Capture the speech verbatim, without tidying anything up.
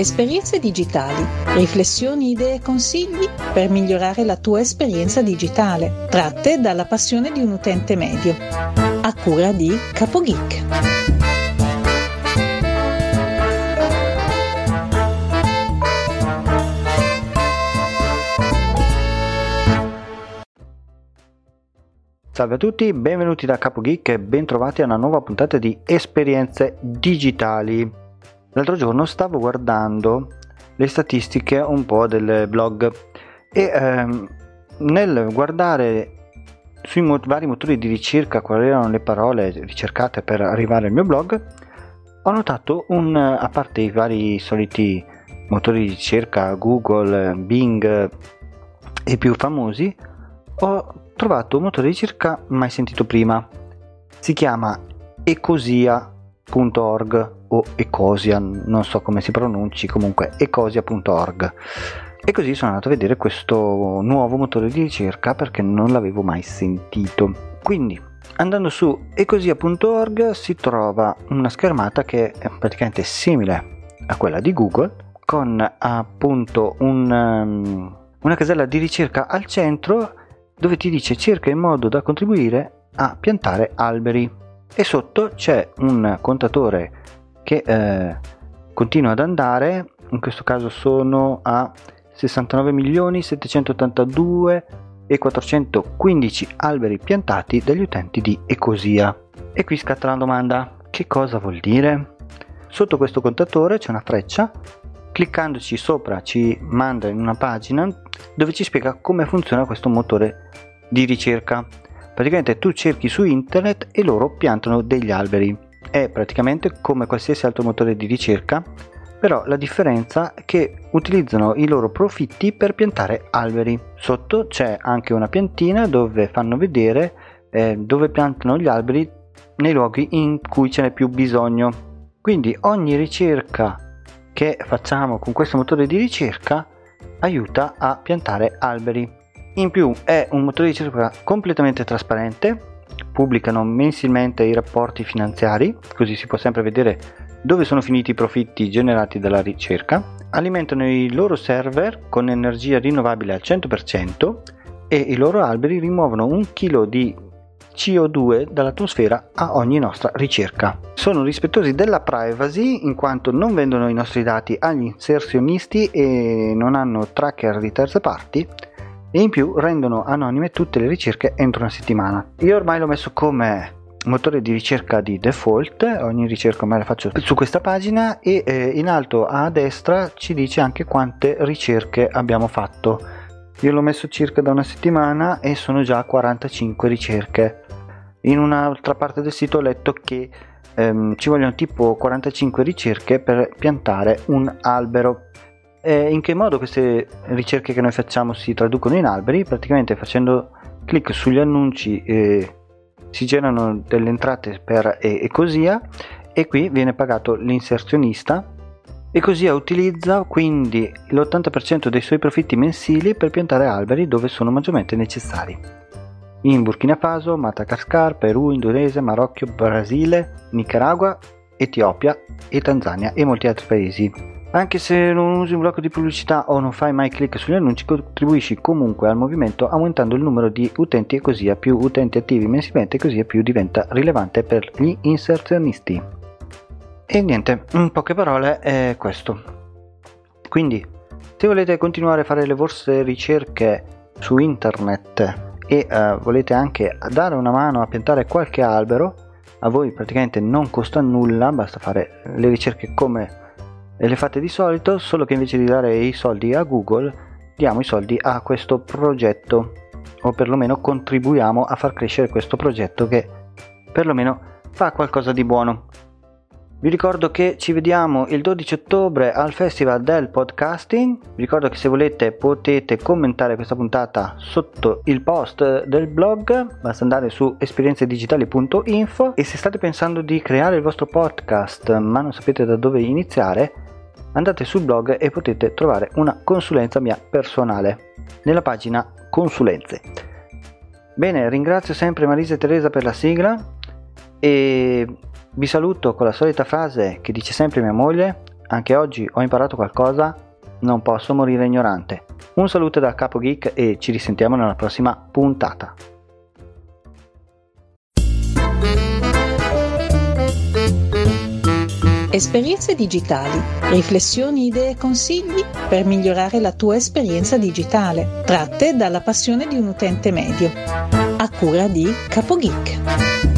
Esperienze digitali, riflessioni, idee e consigli per migliorare la tua esperienza digitale, tratte dalla passione di un utente medio, a cura di CapoGeek. Salve a tutti, benvenuti da CapoGeek e bentrovati a una nuova puntata di Esperienze digitali. L'altro giorno stavo guardando le statistiche un po' del blog e ehm, nel guardare sui mo- vari motori di ricerca quali erano le parole ricercate per arrivare al mio blog, ho notato un, a parte i vari soliti motori di ricerca Google, Bing e i più famosi, ho trovato un motore di ricerca mai sentito prima. Si chiama ecosia punto org o Ecosia, non so come si pronunci, comunque ecosia punto org. E così sono andato a vedere questo nuovo motore di ricerca perché non l'avevo mai sentito. Quindi andando su ecosia punto org si trova una schermata che è praticamente simile a quella di Google, con appunto un, um, una casella di ricerca al centro dove ti dice cerca in modo da contribuire a piantare alberi, e sotto c'è un contatore che eh, continua ad andare. In questo caso sono a sessantanove milioni settecentottantadue e quattrocentoquindici alberi piantati dagli utenti di Ecosia. E qui scatta la domanda: che cosa vuol dire? Sotto questo contatore c'è una freccia, cliccandoci sopra ci manda in una pagina dove ci spiega come funziona questo motore di ricerca. Praticamente tu cerchi su internet e loro piantano degli alberi. È praticamente come qualsiasi altro motore di ricerca, però la differenza è che utilizzano i loro profitti per piantare alberi. Sotto c'è anche una piantina dove fanno vedere eh, dove piantano gli alberi nei luoghi in cui ce n'è più bisogno. Quindi ogni ricerca che facciamo con questo motore di ricerca aiuta a piantare alberi. In più è un motore di ricerca completamente trasparente, pubblicano mensilmente i rapporti finanziari, così si può sempre vedere dove sono finiti i profitti generati dalla ricerca, alimentano i loro server con energia rinnovabile al cento per cento e i loro alberi rimuovono un chilo di C O due dall'atmosfera a ogni nostra ricerca. Sono rispettosi della privacy in quanto non vendono i nostri dati agli inserzionisti e non hanno tracker di terze parti, e in più rendono anonime tutte le ricerche entro una settimana. Io ormai l'ho messo come motore di ricerca di default, ogni ricerca ormai la faccio su questa pagina e eh, in alto a destra ci dice anche quante ricerche abbiamo fatto. Io l'ho messo circa da una settimana e sono già quarantacinque ricerche. In un'altra parte del sito ho letto che ehm, ci vogliono tipo quarantacinque ricerche per piantare un albero. E in che modo queste ricerche che noi facciamo si traducono in alberi? Praticamente facendo clic sugli annunci eh, si generano delle entrate per Ecosia e qui viene pagato l'inserzionista. Ecosia utilizza quindi l'ottanta per cento dei suoi profitti mensili per piantare alberi dove sono maggiormente necessari. In Burkina Faso, Madagascar, Perù, Indonesia, Marocco, Brasile, Nicaragua, Etiopia e Tanzania e molti altri paesi. Anche se non usi un blocco di pubblicità o non fai mai clic sugli annunci, contribuisci comunque al movimento aumentando il numero di utenti Ecosia. Più utenti attivi mensilmente, Ecosia più diventa rilevante per gli inserzionisti. E niente, in poche parole è questo. Quindi se volete continuare a fare le vostre ricerche su internet e uh, volete anche dare una mano a piantare qualche albero, a voi praticamente non costa nulla, basta fare le ricerche come le fate di solito, solo che invece di dare i soldi a Google diamo i soldi a questo progetto, o perlomeno contribuiamo a far crescere questo progetto che perlomeno fa qualcosa di buono. Vi ricordo che ci vediamo il dodici ottobre al Festival del Podcasting. Vi ricordo che se volete potete commentare questa puntata sotto il post del blog, basta andare su esperienze digitali punto info, e se state pensando di creare il vostro podcast ma non sapete da dove iniziare, andate sul blog e potete trovare una consulenza mia personale nella pagina consulenze. Bene, ringrazio sempre Marisa e Teresa per la sigla e vi saluto con la solita frase che dice sempre mia moglie: anche oggi ho imparato qualcosa, non posso morire ignorante. Un saluto da Capo Geek e ci risentiamo nella prossima puntata. Esperienze digitali, riflessioni, idee e consigli per migliorare la tua esperienza digitale, tratte dalla passione di un utente medio. A cura di Capo Geek.